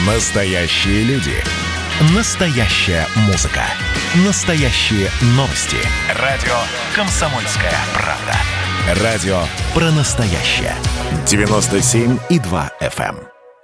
Настоящие люди. Настоящая музыка. Настоящие новости. Радио «Комсомольская правда». Радио про настоящее. 97,2 FM.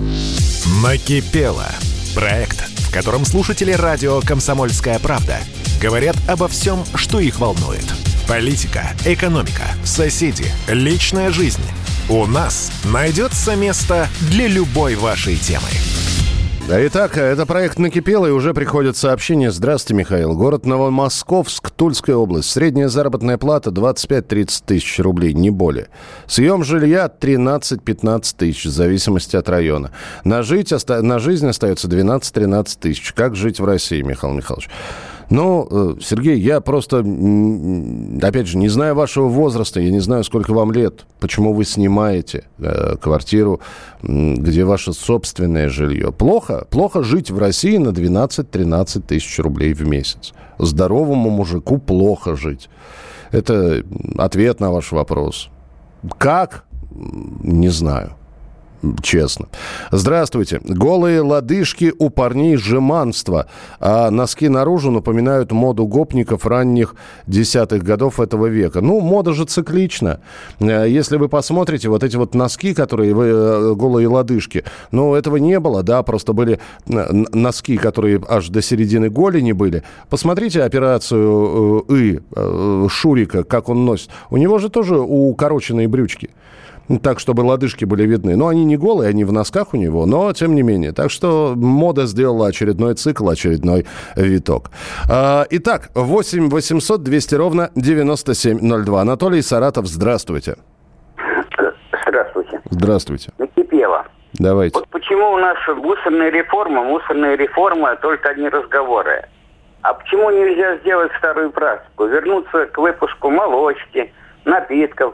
Накипело. Проект, в котором слушатели радио «Комсомольская правда» говорят обо всем, что их волнует. Политика, экономика, соседи, личная жизнь. У нас найдется место для любой вашей темы. Итак, это проект «Накипело», и уже приходят сообщения. Здравствуйте, Михаил. Город Новомосковск, Тульская область. Средняя заработная плата 25-30 тысяч рублей, не более. Съем жилья 13-15 тысяч, в зависимости от района. На жизнь остается 12-13 тысяч. Как жить в России, Михаил Михайлович? Ну, Сергей, я просто, опять же, не знаю вашего возраста, я не знаю, сколько вам лет, почему вы снимаете квартиру, где ваше собственное жилье. Плохо жить в России на 12-13 тысяч рублей в месяц. Здоровому мужику плохо жить. Это ответ на ваш вопрос. Как? Не знаю. Честно. Здравствуйте. Голые лодыжки у парней жеманство, а носки наружу напоминают моду гопников ранних десятых годов этого века. Ну, мода же циклична. Если вы посмотрите, вот эти вот носки, которые голые лодыжки, ну, этого не было, да, просто были носки, которые аж до середины голени были. Посмотрите операцию Шурика, как он носит. У него же тоже укороченные брючки. Так, чтобы лодыжки были видны. Но они не голые, они в носках у него, но тем не менее. Так что мода сделала очередной цикл, очередной виток. Итак, 8 800 200 ровно 9702. Анатолий, Саратов, здравствуйте. Здравствуйте. Здравствуйте. Накипело. Давайте. Вот почему у нас мусорная реформа, только одни разговоры. А почему нельзя сделать старую практику? Вернуться к выпуску молочки, напитков,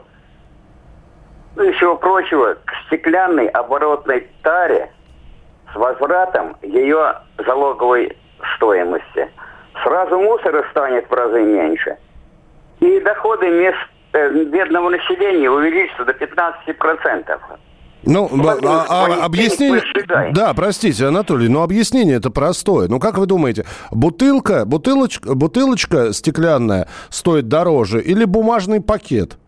ну и всего прочего, к стеклянной оборотной таре с возвратом ее залоговой стоимости. Сразу мусора станет в разы меньше. И доходы бедного населения увеличатся до 15%. Ну, объяснение... Да, простите, Анатолий, но объяснение это простое. Ну, как вы думаете, бутылочка стеклянная стоит дороже или бумажный пакет?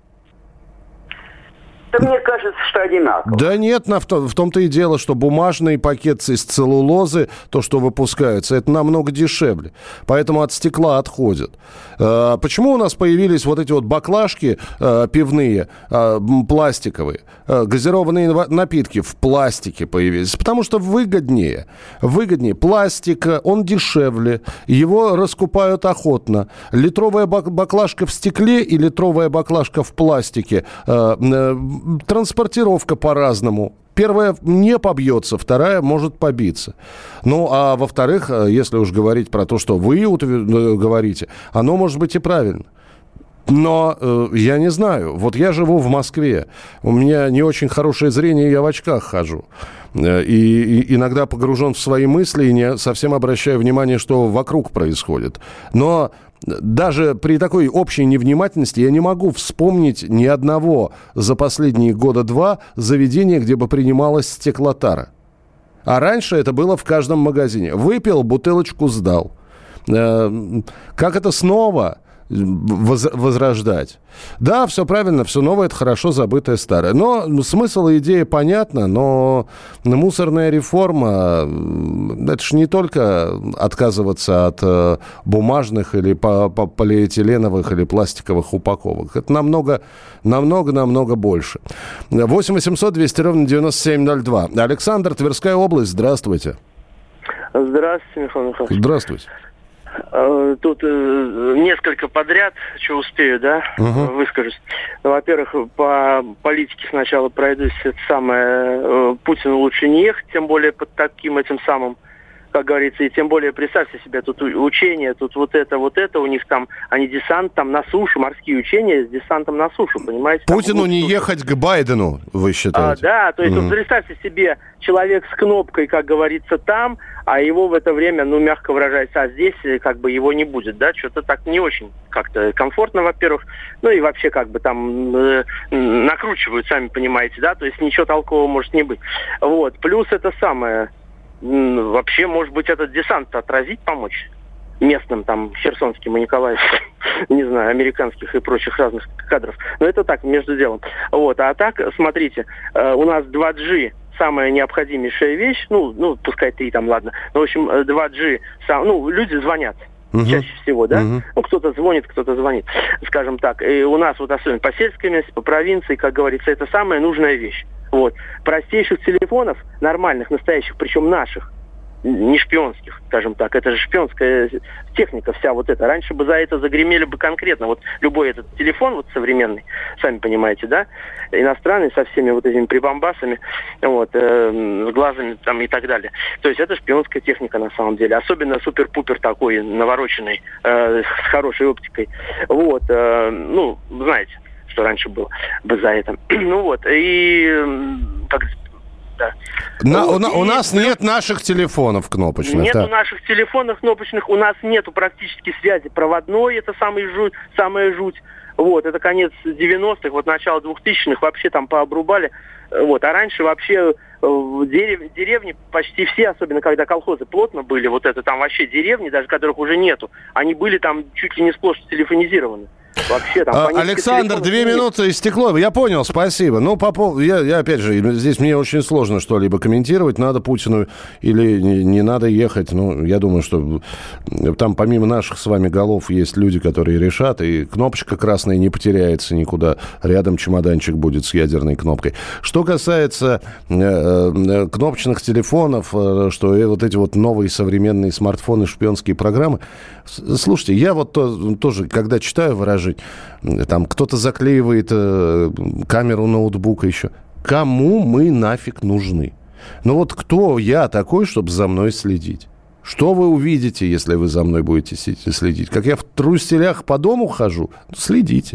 Да мне кажется, что одинаково. Да нет, в том-то и дело, что бумажный пакет из целлулозы, то, что выпускается, это намного дешевле. Поэтому от стекла отходят. Почему у нас появились вот эти вот баклажки пивные, пластиковые, газированные напитки в пластике появились? Потому что выгоднее. Пластик, он дешевле, его раскупают охотно. Литровая баклажка в стекле и литровая баклажка в пластике транспортировка по-разному. Первая не побьется, вторая может побиться. Ну, а во-вторых, если уж говорить про то, что вы говорите, оно может быть и правильно. Но я не знаю. Вот я живу в Москве. У меня не очень хорошее зрение, я в очках хожу. И иногда погружен в свои мысли и не совсем обращаю внимание, что вокруг происходит. Но даже при такой общей невнимательности я не могу вспомнить ни одного за последние года два заведения, где бы принималась стеклотара. А раньше это было в каждом магазине. Выпил, бутылочку сдал. Как это снова возрождать? Да, все правильно, все новое – это хорошо забытое старое. Но смысл и идея понятна, но мусорная реформа – это же не только отказываться от бумажных или полиэтиленовых или пластиковых упаковок. Это намного больше. 8 800 200 ровно 9702. Александр, Тверская область, здравствуйте. Здравствуйте, Михаил Михайлович. Здравствуйте. Тут несколько подряд, что успею, да, выскажусь. Ну, во-первых, по политике сначала пройдусь. Это самое, Путину лучше не ехать, тем более под таким этим самым, как говорится, и тем более представьте себе, тут учения, тут вот это, у них там, они десант там на сушу, морские учения с десантом на сушу, понимаете? Путину не ехать к Байдену, вы считаете? Да, то есть вот представьте себе, человек с кнопкой, как говорится, там, а его в это время, ну, мягко выражаясь, а здесь как бы его не будет, да, что-то так не очень как-то комфортно, во-первых, ну и вообще как бы там накручивают, сами понимаете, да, то есть ничего толкового может не быть. Вот, плюс это самое... вообще, может быть, этот десант отразить, помочь местным, там, херсонским и николаевским, не знаю, американских и прочих разных кадров. Но это так, между делом. Вот. А так, смотрите, у нас 2G самая необходимейшая вещь, ну, пускай 3 там, ладно. Но, в общем, 2G, люди звонят. Чаще всего, да? Ну, кто-то звонит, скажем так. И у нас вот особенно по сельской местности, по провинции, как говорится, это самая нужная вещь. Вот. Простейших телефонов, нормальных, настоящих, причем наших, не шпионских, скажем так. Это же шпионская техника вся вот эта. Раньше бы за это загремели бы конкретно. Вот любой этот телефон вот современный, сами понимаете, да, иностранный, со всеми вот этими прибамбасами, вот, с глазами там и так далее. То есть это шпионская техника на самом деле. Особенно супер-пупер такой, навороченный, с хорошей оптикой. Вот, знаете, что раньше было бы за это. Ну вот, и как... Да. У нас нет наших телефонов кнопочных. Нету наших телефонов кнопочных, у нас нету практически связи проводной, это самая жуть. Вот, это конец 90-х, вот начало 2000-х, вообще там пообрубали. Вот, а раньше вообще в деревне почти все, особенно когда колхозы плотно были, вот это там вообще деревни, даже которых уже нету, они были там чуть ли не сплошь телефонизированы. Вообще, там, Александр, 2 минуты истекло. Я понял, спасибо. Ну, я опять же, здесь мне очень сложно что-либо комментировать. Надо Путину или не надо ехать. Ну, я думаю, что там помимо наших с вами голов есть люди, которые решат. И кнопочка красная не потеряется никуда. Рядом чемоданчик будет с ядерной кнопкой. Что касается кнопочных телефонов, что вот эти вот новые современные смартфоны, шпионские программы. Слушайте, я вот тоже, когда читаю выражение, там кто-то заклеивает камеру ноутбука еще. Кому мы нафиг нужны? Ну вот кто я такой, чтобы за мной следить? Что вы увидите, если вы за мной будете следить? Как я в труселях по дому хожу? Следите.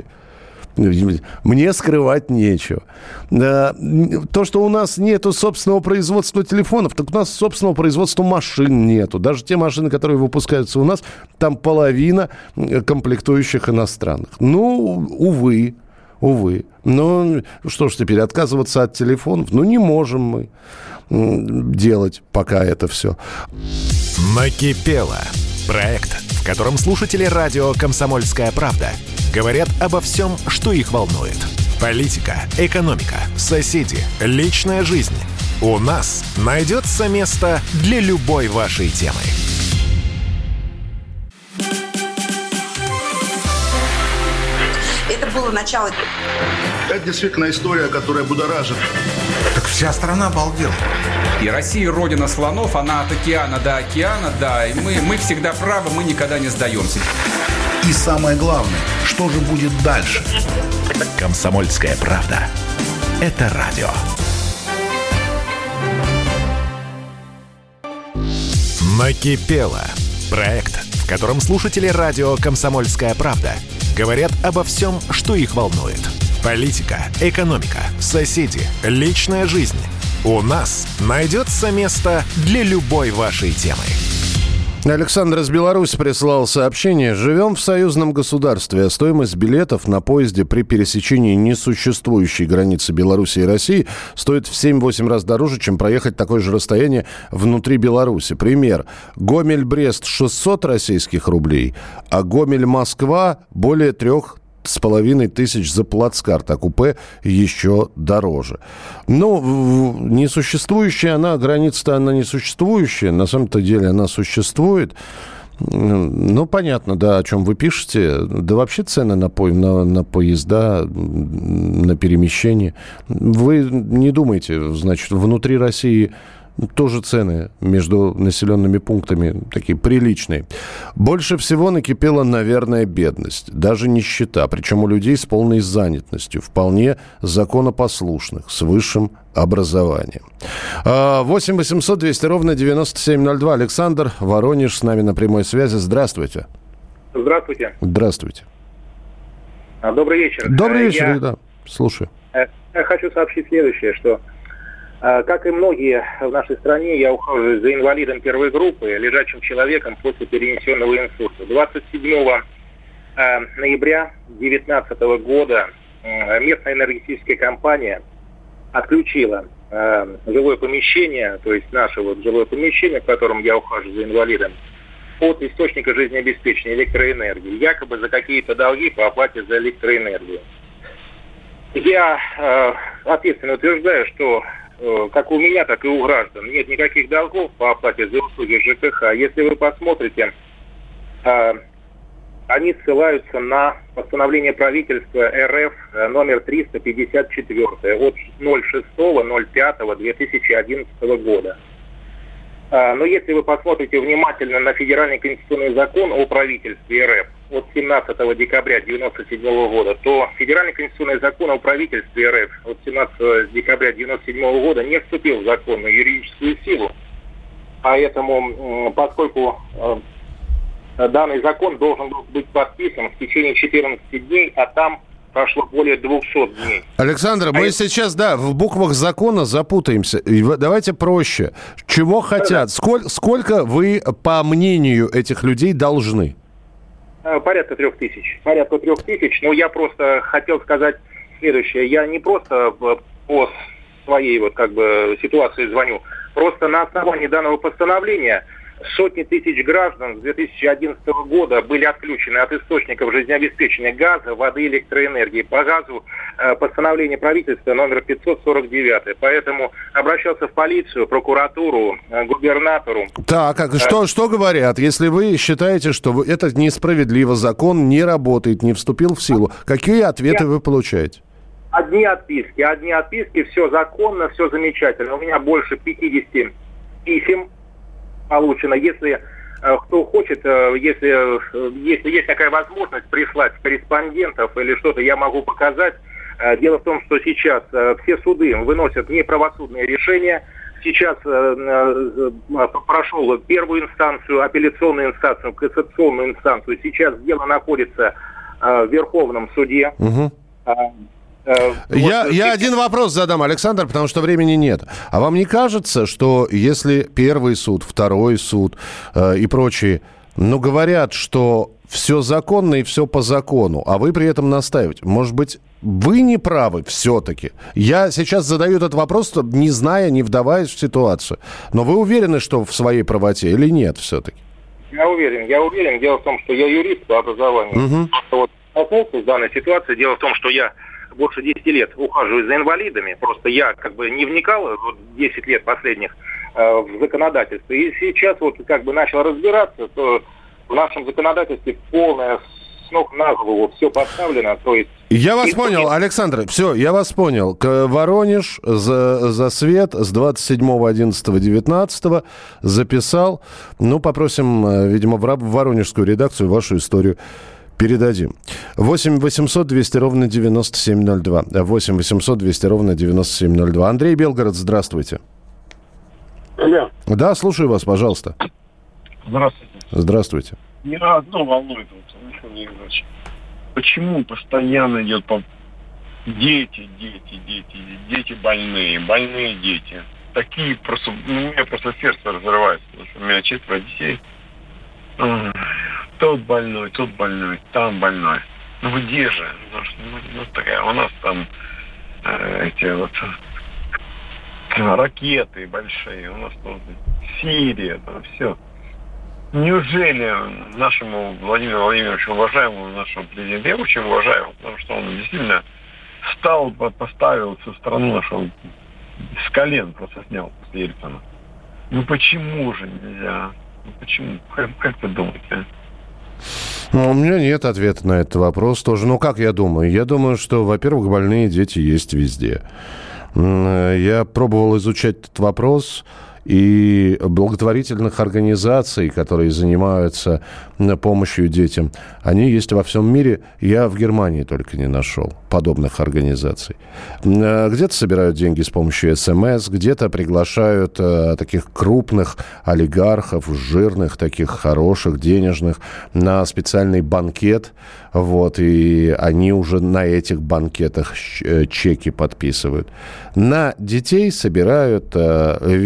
Мне скрывать нечего. То, что у нас нету собственного производства телефонов, так у нас собственного производства машин нету. Даже те машины, которые выпускаются у нас, там половина комплектующих иностранных. Ну, увы. Ну, что ж теперь, отказываться от телефонов? Ну, не можем мы делать пока это все. Накипело. Проект, в котором слушатели радио «Комсомольская правда» говорят обо всем, что их волнует. Политика, экономика, соседи, личная жизнь. У нас найдется место для любой вашей темы. Это было начало. Это действительно история, которая будоражит. Так вся страна обалдела. И Россия родина слонов, она от океана до океана, да. И мы всегда правы, мы никогда не сдаемся. И самое главное, что же будет дальше? «Комсомольская правда». Это радио. Накипело. Проект, в котором слушатели радио «Комсомольская правда» говорят обо всем, что их волнует. Политика, экономика, соседи, личная жизнь. У нас найдется место для любой вашей темы. Александр из Беларуси прислал сообщение. Живем в союзном государстве, а стоимость билетов на поезде при пересечении несуществующей границы Беларуси и России стоит в 7-8 раз дороже, чем проехать такое же расстояние внутри Беларуси. Пример. Гомель-Брест 600 российских рублей, а Гомель-Москва более 3500 за плацкарт, а купе еще дороже. Ну, несуществующая она, граница-то она несуществующая, на самом-то деле она существует. Ну, понятно, да, о чем вы пишете. Да вообще цены на поезда, на перемещение. Вы не думайте, значит, внутри России тоже цены между населенными пунктами такие приличные. Больше всего накипела, наверное, бедность, даже нищета, причем у людей с полной занятостью, вполне законопослушных, с высшим образованием. 8 800 200 ровно 9702. Александр, Воронеж, с нами на прямой связи. Здравствуйте. Здравствуйте. Здравствуйте. Добрый вечер. Добрый вечер, да. Слушаю. Я хочу сообщить следующее, что как и многие в нашей стране, я ухаживаю за инвалидом первой группы, лежачим человеком после перенесенного инсульта. 27 ноября 2019 года местная энергетическая компания отключила жилое помещение, то есть наше вот жилое помещение, в котором я ухаживаю за инвалидом, от источника жизнеобеспечения электроэнергии, якобы за какие-то долги по оплате за электроэнергию. Я ответственно утверждаю, что как у меня, так и у граждан нет никаких долгов по оплате за услуги ЖКХ. Если вы посмотрите, они ссылаются на постановление правительства РФ номер 354 от 06.05.2011 года. Но если вы посмотрите внимательно на Федеральный конституционный закон о правительстве РФ от 17 декабря 1997 года, то Федеральный конституционный закон о правительстве РФ от 17 декабря 1997 года не вступил в законную юридическую силу. Поэтому, поскольку данный закон должен был быть подписан в течение 14 дней, а там прошло более 200 дней. Александр, мы сейчас, в буквах закона запутаемся. Давайте проще. Чего хотят? Сколько вы, по мнению этих людей, должны? Порядка 3000. Порядка 3000. Но я просто хотел сказать следующее. Я не просто по своей ситуации звоню. Просто на основании данного постановления сотни тысяч граждан с 2011 года были отключены от источников жизнеобеспечения газа, воды, электроэнергии. По газу постановление правительства номер 549. Поэтому обращался в полицию, прокуратуру, губернатору. Так, что говорят? Если вы считаете, что это несправедливо, закон не работает, не вступил в силу, какие ответы вы получаете? Одни отписки, все законно, все замечательно. У меня больше 50 писем получено. Если кто хочет, если есть такая возможность прислать корреспондентов или что-то, я могу показать. Дело в том, что сейчас все суды выносят неправосудные решения. Сейчас прошел первую инстанцию, апелляционную инстанцию, кассационную инстанцию. Сейчас дело находится в Верховном суде. Угу. Я один вопрос задам, Александр, потому что времени нет. А вам не кажется, что если первый суд, второй суд и прочие, говорят, что все законно и все по закону, а вы при этом настаиваете, может быть, вы не правы все-таки? Я сейчас задаю этот вопрос, не зная, не вдаваясь в ситуацию. Но вы уверены, что в своей правоте или нет все-таки? Я уверен. Дело в том, что я юрист по образованию. Угу. Вот столкнулся с данной ситуацией. Дело в том, что я больше 10 лет ухаживаю за инвалидами. Просто я не вникал 10 лет последних в законодательство. И сейчас начал разбираться, то в нашем законодательстве полное с ног на голову все поставлено. То есть... Я вас понял, Александр. Все, я вас понял. Воронеж за свет с 27.11.19 записал. Попросим, видимо, в воронежскую редакцию вашу историю передадим. 8 800 200 ровно 9702. 8 800 200 ровно 9702. Андрей Белгород, здравствуйте. Алло. Да, слушаю вас, пожалуйста. Здравствуйте. Здравствуйте. Меня одно волнует. Почему постоянно идет дети больные дети. Такие просто, у меня просто сердце разрывается, потому что у меня 4 детей. Тот больной, там больной. Где же? Такая, у нас там ракеты большие, у нас тут Сирия, там все. Неужели нашему Владимиру Владимировичу, уважаемому нашему президенту, я очень уважаю, потому что он действительно поставил всю страну нашу с колен, просто снял после Ельцина. Почему же нельзя? Почему? Как вы думаете? У меня нет ответа на этот вопрос тоже. Как я думаю? Я думаю, что, во-первых, больные дети есть везде. Я пробовал изучать этот вопрос, и благотворительных организаций, которые занимаются помощью детям, они есть во всем мире. Я в Германии только не нашел подобных организаций. Где-то собирают деньги с помощью СМС, где-то приглашают таких крупных олигархов, жирных, таких хороших, денежных, на специальный банкет. И они уже на этих банкетах чеки подписывают. На детей собирают везде и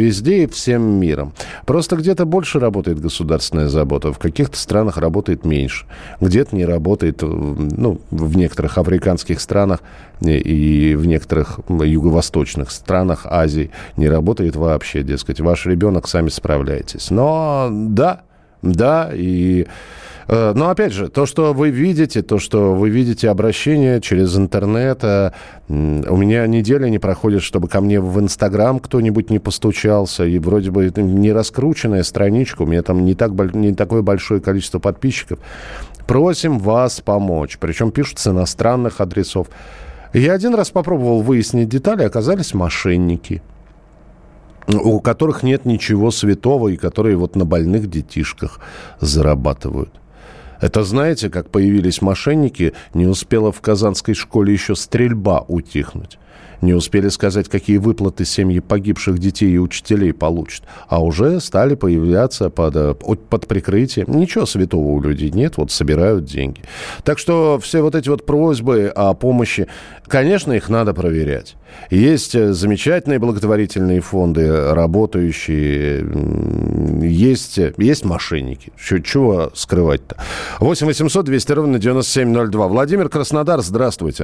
всем миром. Просто где-то больше работает государственная забота, в каких-то странах работает меньше. Где-то не работает, ну, в некоторых африканских странах и в некоторых юго-восточных странах Азии не работает вообще, дескать, ваш ребенок, сами справляетесь. Но да, и... Но, опять же, то, что вы видите обращения через интернет, у меня неделя не проходит, чтобы ко мне в Инстаграм кто-нибудь не постучался, и вроде бы не раскрученная страничка, у меня там не такое большое количество подписчиков. Просим вас помочь, причем пишут с иностранных адресов. Я один раз попробовал выяснить детали, оказались мошенники, у которых нет ничего святого и которые вот на больных детишках зарабатывают. Это, знаете, как появились мошенники, не успела в казанской школе еще стрельба утихнуть. Не успели сказать, какие выплаты семьи погибших детей и учителей получат. А уже стали появляться под прикрытием. Ничего святого у людей нет, вот собирают деньги. Так что все вот эти вот просьбы о помощи, конечно, их надо проверять. Есть замечательные благотворительные фонды, работающие. Есть мошенники. Чего скрывать-то? 8 800 200 ровно 9702. Владимир, Краснодар, здравствуйте.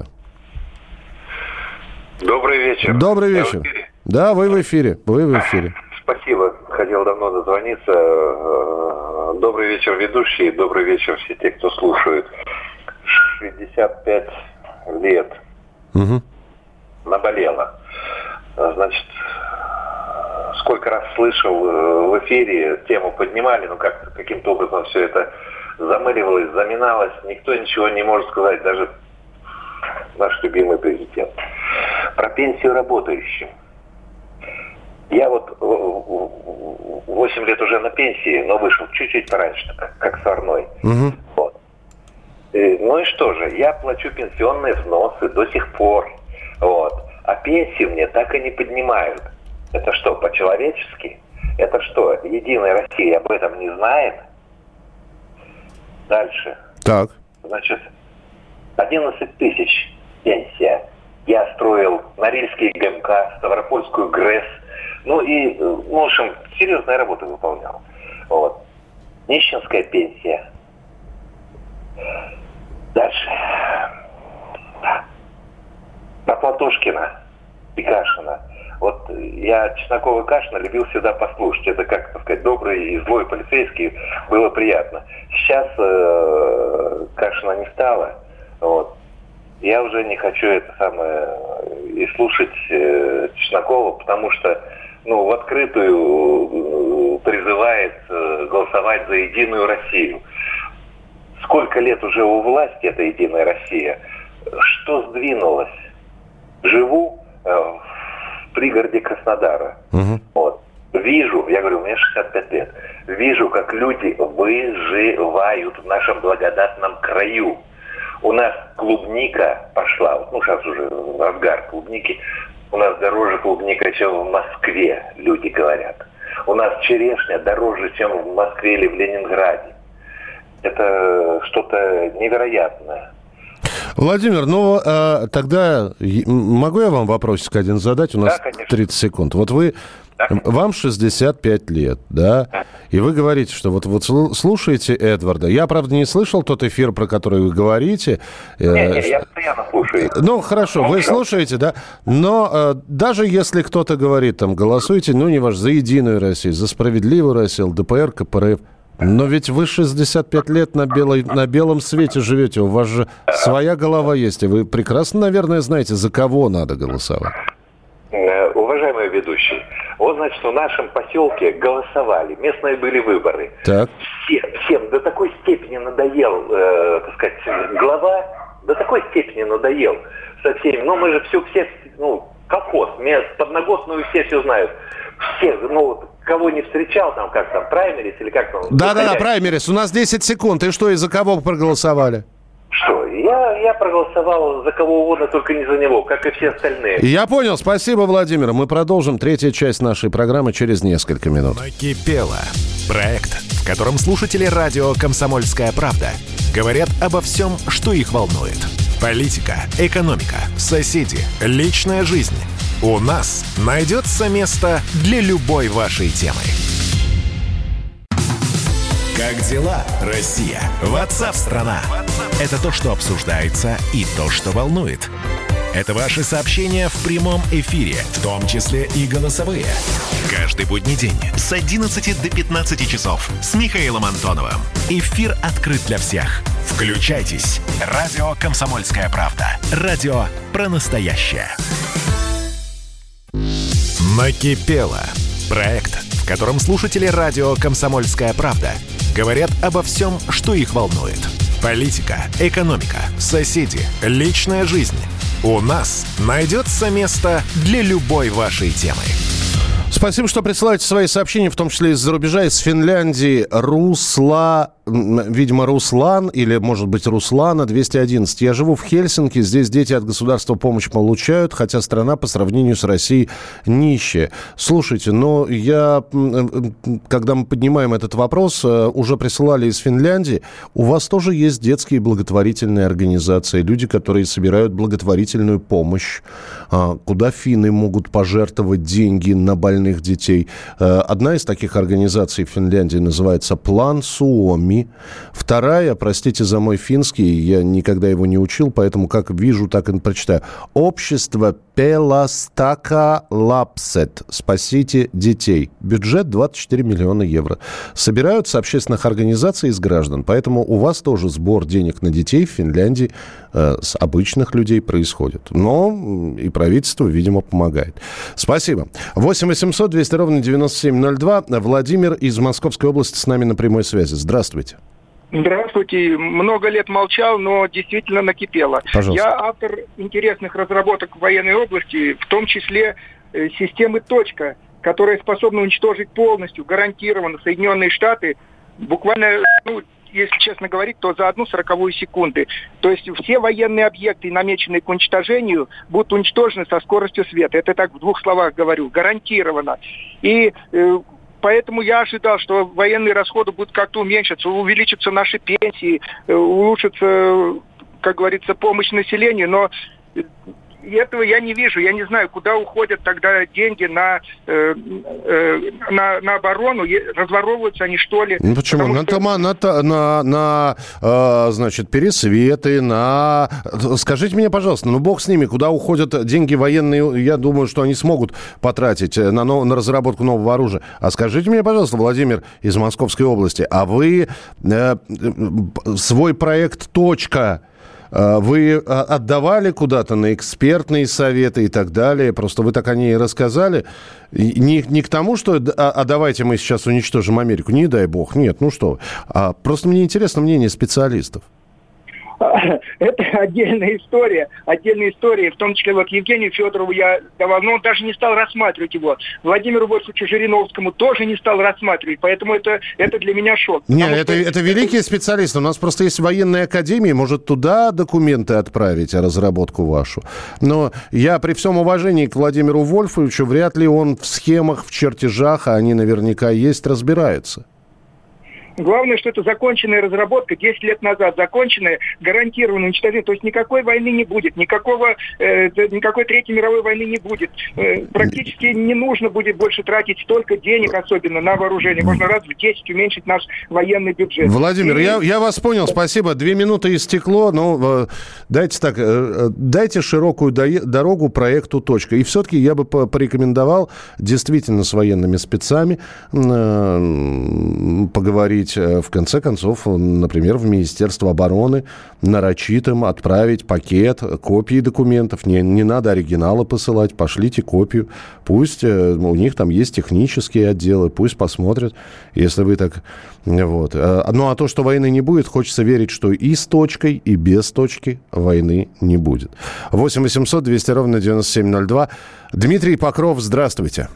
Добрый вечер. Добрый вечер. Да, вы в эфире. Спасибо. Хотел давно дозвониться. Добрый вечер, ведущие. Добрый вечер, все те, кто слушает. 65 лет. Угу. Наболело. Значит, сколько раз слышал в эфире, тему поднимали, но каким-то образом все это замыливалось, заминалось. Никто ничего не может сказать, даже наш любимый президент. Про пенсию работающим. Я вот 8 лет уже на пенсии, но вышел чуть-чуть пораньше, как Сорной. Угу. Вот. Ну и что же, я плачу пенсионные взносы до сих пор. Вот. А пенсию мне так и не поднимают. Это что, по-человечески? Это что, Единая Россия об этом не знает? Дальше. Так. Значит, 11 тысяч пенсия. Я строил Норильский ГМК, Ставропольскую ГРЭС. Ну и, в общем, серьезная работа выполнял. Вот. Нищенская пенсия. Дальше. Про Платошкина и Кашина. Вот я Чеснокова и Кашина любил всегда послушать. Это, как так сказать, добрый и злой полицейский. Было приятно. Сейчас Кашина не стало. Вот. Я уже не хочу это самое и слушать Чеснокова, потому что, в открытую призывает голосовать за Единую Россию. Сколько лет уже у власти эта Единая Россия? Что сдвинулось? Живу в пригороде Краснодара. Угу. Вот. Вижу, я говорю, мне 65 лет, вижу, как люди выживают в нашем благодатном краю. У нас клубника пошла, сейчас уже разгар клубники, у нас дороже клубника, чем в Москве, люди говорят. У нас черешня дороже, чем в Москве или в Ленинграде. Это что-то невероятное. Владимир, тогда могу я вам вопросик один задать? У нас 30 секунд. Вот вам 65 лет, да? И вы говорите, что вот слушаете Эдварда. Я, правда, не слышал тот эфир, про который вы говорите. Нет, я постоянно слушаю. Ну, хорошо, вы слушаете, да? Но даже если кто-то говорит, голосуйте, неважно, за Единую Россию, за Справедливую Россию, ЛДПР, КПРФ. Но ведь вы 65 лет на белом свете живете, у вас же своя голова есть, и вы прекрасно, наверное, знаете, за кого надо голосовать. Уважаемые ведущие, вот, значит, в нашем поселке голосовали, местные были выборы. Так. Всем до такой степени надоел, глава, до такой степени надоел со всеми. Мы же все, колхоз, подноготную все знают. Все, кого не встречал, праймерис или как там? Да, праймерис. У нас 10 секунд. И что, и за кого проголосовали? Что? Я проголосовал за кого угодно, только не за него, как и все остальные. Я понял. Спасибо, Владимир. Мы продолжим третью часть нашей программы через несколько минут. Накипело. Проект, в котором слушатели радио «Комсомольская правда» говорят обо всем, что их волнует. Политика, экономика, соседи, личная жизнь. У нас найдется место для любой вашей темы. Как дела, Россия? WhatsApp-страна! Это то, что обсуждается, и то, что волнует. Это ваши сообщения в прямом эфире, в том числе и голосовые. Каждый будний день с 11 до 15 часов с Михаилом Антоновым. Эфир открыт для всех. Включайтесь. Радио «Комсомольская правда». Радио про настоящее. Накипело. Проект, в котором слушатели радио «Комсомольская правда» говорят обо всем, что их волнует. Политика, экономика, соседи, личная жизнь. У нас найдется место для любой вашей темы. Спасибо, что присылаете свои сообщения, в том числе из-за рубежа, из Финляндии. Видимо, Руслан, или, может быть, Руслана, 211. Я живу в Хельсинки, здесь дети от государства помощь получают, хотя страна по сравнению с Россией нищая. Слушайте, когда мы поднимаем этот вопрос, уже присылали из Финляндии, у вас тоже есть детские благотворительные организации, люди, которые собирают благотворительную помощь, куда финны могут пожертвовать деньги на больных детей. Одна из таких организаций в Финляндии называется «План Suomi». Вторая, простите за мой финский, я никогда его не учил, поэтому как вижу, так и прочитаю. «Общество Пеластака Лапсет. Спасите детей». Бюджет 24 миллиона евро. Собирают с общественных организаций из граждан, поэтому у вас тоже сбор денег на детей в Финляндии с обычных людей происходит. Но и правительство, видимо, помогает. Спасибо. 8 800 200 ровно 9702. Владимир из Московской области с нами на прямой связи. Здравствуйте. Здравствуйте. Много лет молчал, но действительно накипело. Пожалуйста. Я автор интересных разработок в военной области, в том числе системы «Точка», которая способна уничтожить полностью, гарантированно, Соединенные Штаты буквально, если честно говорить, то за 1/40 секунды. То есть все военные объекты, намеченные к уничтожению, будут уничтожены со скоростью света. Это так в 2 словах говорю, гарантированно. И поэтому я ожидал, что военные расходы будут как-то уменьшиться, увеличатся наши пенсии, улучшится, как говорится, помощь населению, но этого я не вижу. Я не знаю, куда уходят тогда деньги на оборону. Разворовываются они, что ли? Ну, почему? Значит, пересветы, Скажите мне, пожалуйста, бог с ними, куда уходят деньги военные? Я думаю, что они смогут потратить на разработку нового оружия. А скажите мне, пожалуйста, Владимир из Московской области, а вы свой проект «Точка» вы отдавали куда-то на экспертные советы и так далее? Просто вы так о ней рассказали. Не к тому, что давайте мы сейчас уничтожим Америку. Не дай бог. Нет, что вы. Просто мне интересно мнение специалистов. Это отдельная история, в том числе Евгению Федорову я давал, но он даже не стал рассматривать его. Владимиру Вольфовичу Жириновскому тоже не стал рассматривать, поэтому это для меня шок. Нет, это великие специалисты. У нас просто есть военная академия, может туда документы отправить, разработку вашу. Но я при всем уважении к Владимиру Вольфовичу, вряд ли он в схемах, в чертежах, а они наверняка есть, разбирается. Главное, что это законченная разработка, 10 лет назад законченная, гарантированное уничтожение. То есть никакой войны не будет, никакой Третьей мировой войны не будет. Практически не нужно будет больше тратить столько денег, особенно на вооружение. Можно раз в 10 уменьшить наш военный бюджет. Владимир, я вас понял, спасибо. 2 минуты истекло, но дайте широкую дорогу проекту «Точка». И все-таки я бы порекомендовал действительно с военными спецами поговорить. В конце концов, например, в Министерство обороны нарочитым отправить пакет, копии документов. Не надо оригиналы посылать, пошлите копию. Пусть у них там есть технические отделы, пусть посмотрят, если вы так... Вот. Ну, а то, что войны не будет, хочется верить, что и с точкой, и без точки войны не будет. 8 800 200 ровно 9702. Дмитрий Покров, здравствуйте.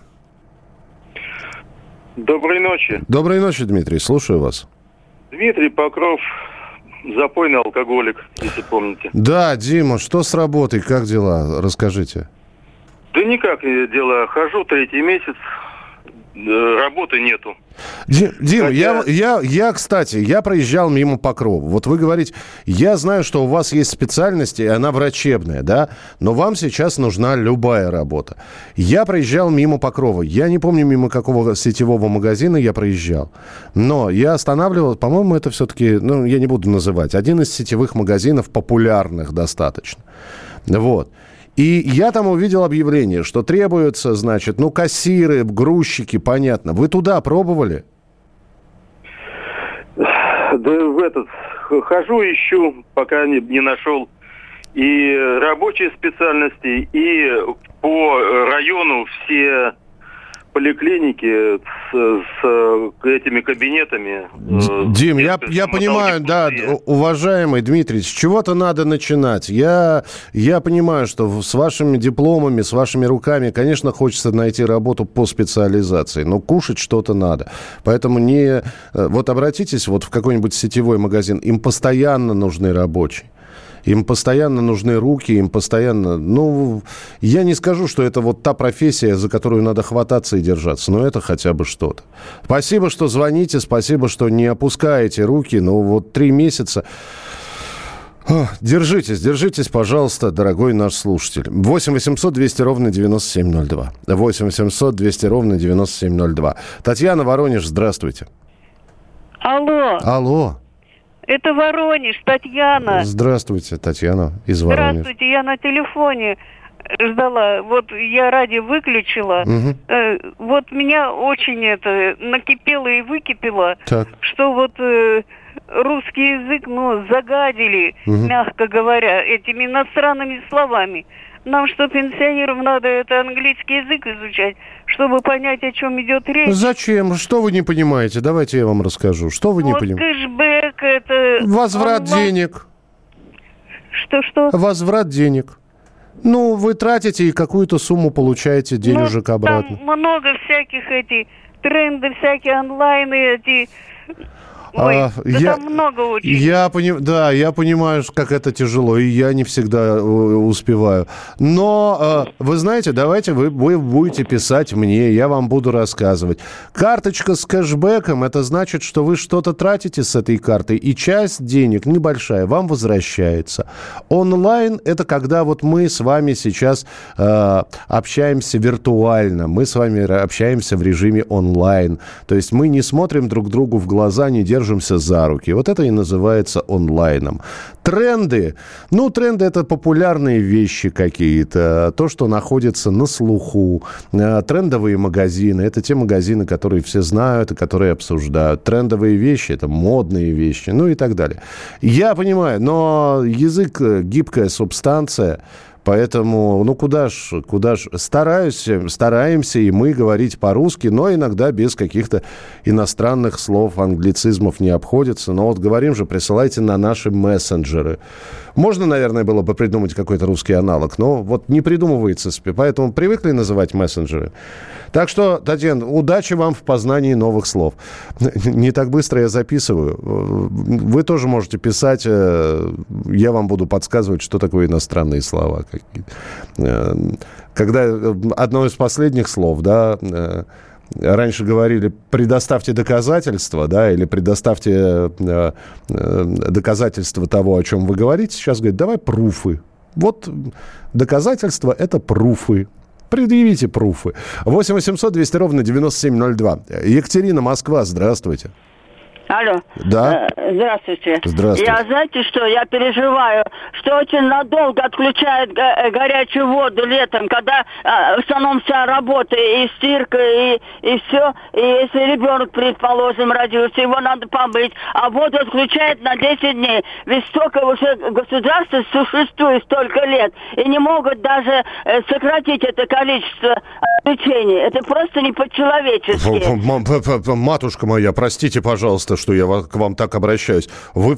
Доброй ночи. Доброй ночи, Дмитрий. Слушаю вас. Дмитрий Покров, запойный алкоголик, если помните. Да, Дима, что с работой? Как дела? Расскажите. Да никак дела. Хожу 3-й месяц. работы нету. Дим, кстати, я проезжал мимо Покрова. Вот вы говорите, я знаю, что у вас есть специальность, и она врачебная, да, но вам сейчас нужна любая работа. Я проезжал мимо Покрова. Я не помню, мимо какого сетевого магазина я проезжал. Но я останавливал, по-моему, это все-таки, я не буду называть, один из сетевых магазинов, популярных достаточно. Вот. И я там увидел объявление, что требуются, значит, кассиры, грузчики, понятно. Вы туда пробовали? Да хожу, ищу, пока не нашел и рабочие специальности, и по району все поликлиники с этими кабинетами. Дим, я понимаю, да, уважаемый Дмитрий, с чего-то надо начинать. Я понимаю, что с вашими дипломами, с вашими руками, конечно, хочется найти работу по специализации, но кушать что-то надо. Поэтому вот обратитесь вот в какой-нибудь сетевой магазин, им постоянно нужны рабочие. Им постоянно нужны руки, им постоянно... я не скажу, что это вот та профессия, за которую надо хвататься и держаться, но это хотя бы что-то. Спасибо, что звоните, спасибо, что не опускаете руки. 3 месяца... Держитесь, пожалуйста, дорогой наш слушатель. 8 800 200 ровно 9702. 8 800 200 ровно 9702. Татьяна, Воронеж, здравствуйте. Алло. Это Воронеж, Татьяна. Здравствуйте, Татьяна из Воронежа. Здравствуйте, я на телефоне ждала. Вот я радио выключила. Угу. Вот меня очень накипело и выкипело, что вот русский язык, загадили, мягко говоря, этими иностранными словами. Нам что, пенсионерам надо английский язык изучать, чтобы понять, о чем идет речь? Зачем? Что вы не понимаете? Давайте я вам расскажу. Что вы не понимаете? Кэшбэк, это... Возврат денег. Что? Возврат денег. Вы тратите и какую-то сумму получаете денежек обратно. Там много всяких тренды, всякие онлайны, там много очень. Я понимаю, как это тяжело, и я не всегда успеваю. Но, вы знаете, давайте вы будете писать мне, я вам буду рассказывать. Карточка с кэшбэком, это значит, что вы что-то тратите с этой картой, и часть денег, небольшая, вам возвращается. Онлайн – это когда вот мы с вами сейчас общаемся виртуально, мы с вами общаемся в режиме онлайн. То есть мы не смотрим друг другу в глаза, не держимся за руки. Вот это и называется онлайном. Тренды. Тренды – это популярные вещи какие-то. То, что находится на слуху. Трендовые магазины – это те магазины, которые все знают и которые обсуждают. Трендовые вещи – это модные вещи, и так далее. Я понимаю, но язык – гибкая субстанция. Поэтому, куда ж, стараемся и мы говорить по-русски, но иногда без каких-то иностранных слов, англицизмов не обходится. Но вот говорим же, присылайте на наши мессенджеры. Можно, наверное, было бы придумать какой-то русский аналог, но вот не придумывается, поэтому привыкли называть мессенджеры. Так что, Татьяна, удачи вам в познании новых слов. Не так быстро я записываю. Вы тоже можете писать, я вам буду подсказывать, что такое иностранные слова. Когда одно из последних слов, раньше говорили, предоставьте доказательства, или предоставьте доказательства того, о чем вы говорите. Сейчас говорят, давай пруфы. Вот доказательства – это пруфы. Предъявите пруфы. 8 800 200 ровно 9702. Екатерина, Москва, здравствуйте. Алло. Да. Здравствуйте. Здравствуйте. Я, знаете что, я переживаю, что очень надолго отключают горячую воду летом, когда в основном вся работа, и стирка, и все. И если ребенок, предположим, родился, его надо помыть, а воду отключают на 10 дней. Ведь столько уже государство существует столько лет, и не могут даже сократить это количество отключений. Это просто не по-человечески. Матушка моя, простите, пожалуйста, что я к вам так обращаюсь. Вы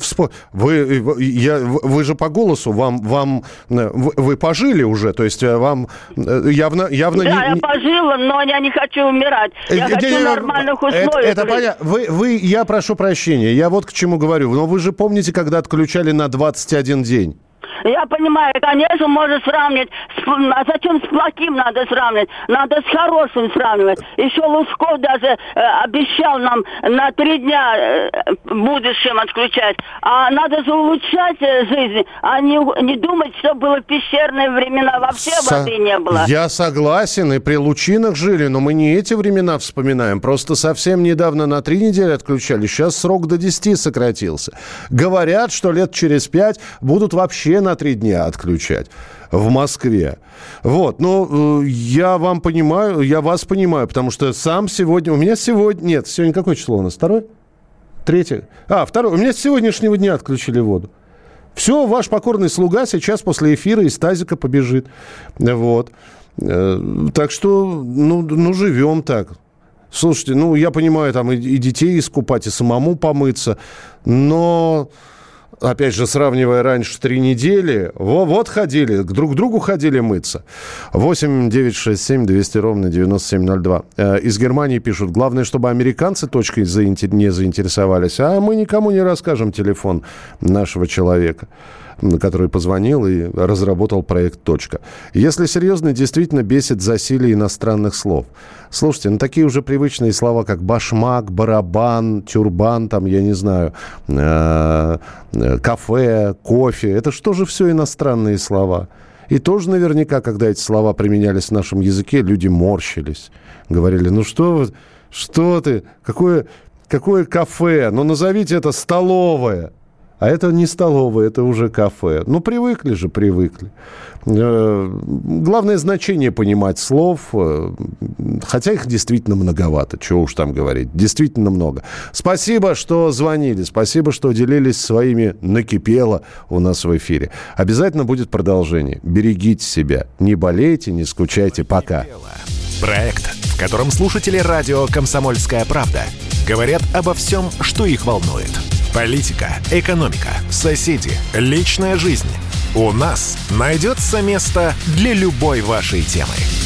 же по голосу, вы пожили уже, то есть вам явно... Да, я пожила, но я не хочу умирать. Я хочу нормальных условий. Это понятно. Я прошу прощения, я вот к чему говорю. Но вы же помните, когда отключали на 21 день? Я понимаю, конечно, можно сравнивать. А зачем с плохим надо сравнивать? Надо с хорошим сравнивать. Еще Лужков даже обещал нам на 3 дня будущем отключать. А надо же улучшать жизнь, а не думать, что было в пещерные времена. Вообще воды не было. Я согласен, и при лучинах жили, но мы не эти времена вспоминаем. Просто совсем недавно на 3 недели отключали. Сейчас срок до 10 сократился. Говорят, что лет через 5 будут вообще на 3 дня отключать в Москве. Вот, ну, я вам понимаю, я вас понимаю, потому что сам сегодня... У меня сегодня... Нет, сегодня какое число у нас? 2? 3? 2. У меня с сегодняшнего дня отключили воду. Все, ваш покорный слуга сейчас после эфира из тазика побежит. Вот. Так что, ну живем так. Слушайте, ну, я понимаю, там и детей искупать, и самому помыться, но... Опять же, сравнивая раньше 3 недели, вот ходили, друг к другу ходили мыться. 8 967 200 ровно 9702. Из Германии пишут, главное, чтобы американцы точкой не заинтересовались, а мы никому не расскажем телефон нашего человека, который позвонил и разработал проект «Точка». Если серьезно, действительно бесит засилие иностранных слов. Слушайте, такие уже привычные слова, как башмак, барабан, тюрбан, там, я не знаю, кафе, кофе. Это что же все иностранные слова? И тоже наверняка, когда эти слова применялись в нашем языке, люди морщились. Говорили, ну что ты, какое кафе? Ну назовите это столовое. А это не столовая, это уже кафе. Ну, привыкли. Главное значение понимать слов, хотя их действительно многовато, чего уж там говорить, действительно много. Спасибо, что звонили, спасибо, что делились своими «накипело» у нас в эфире. Обязательно будет продолжение. Берегите себя, не болейте, не скучайте, пока. Проект, в котором слушатели радио «Комсомольская правда» говорят обо всем, что их волнует. Политика, экономика, соседи, личная жизнь. У нас найдется место для любой вашей темы.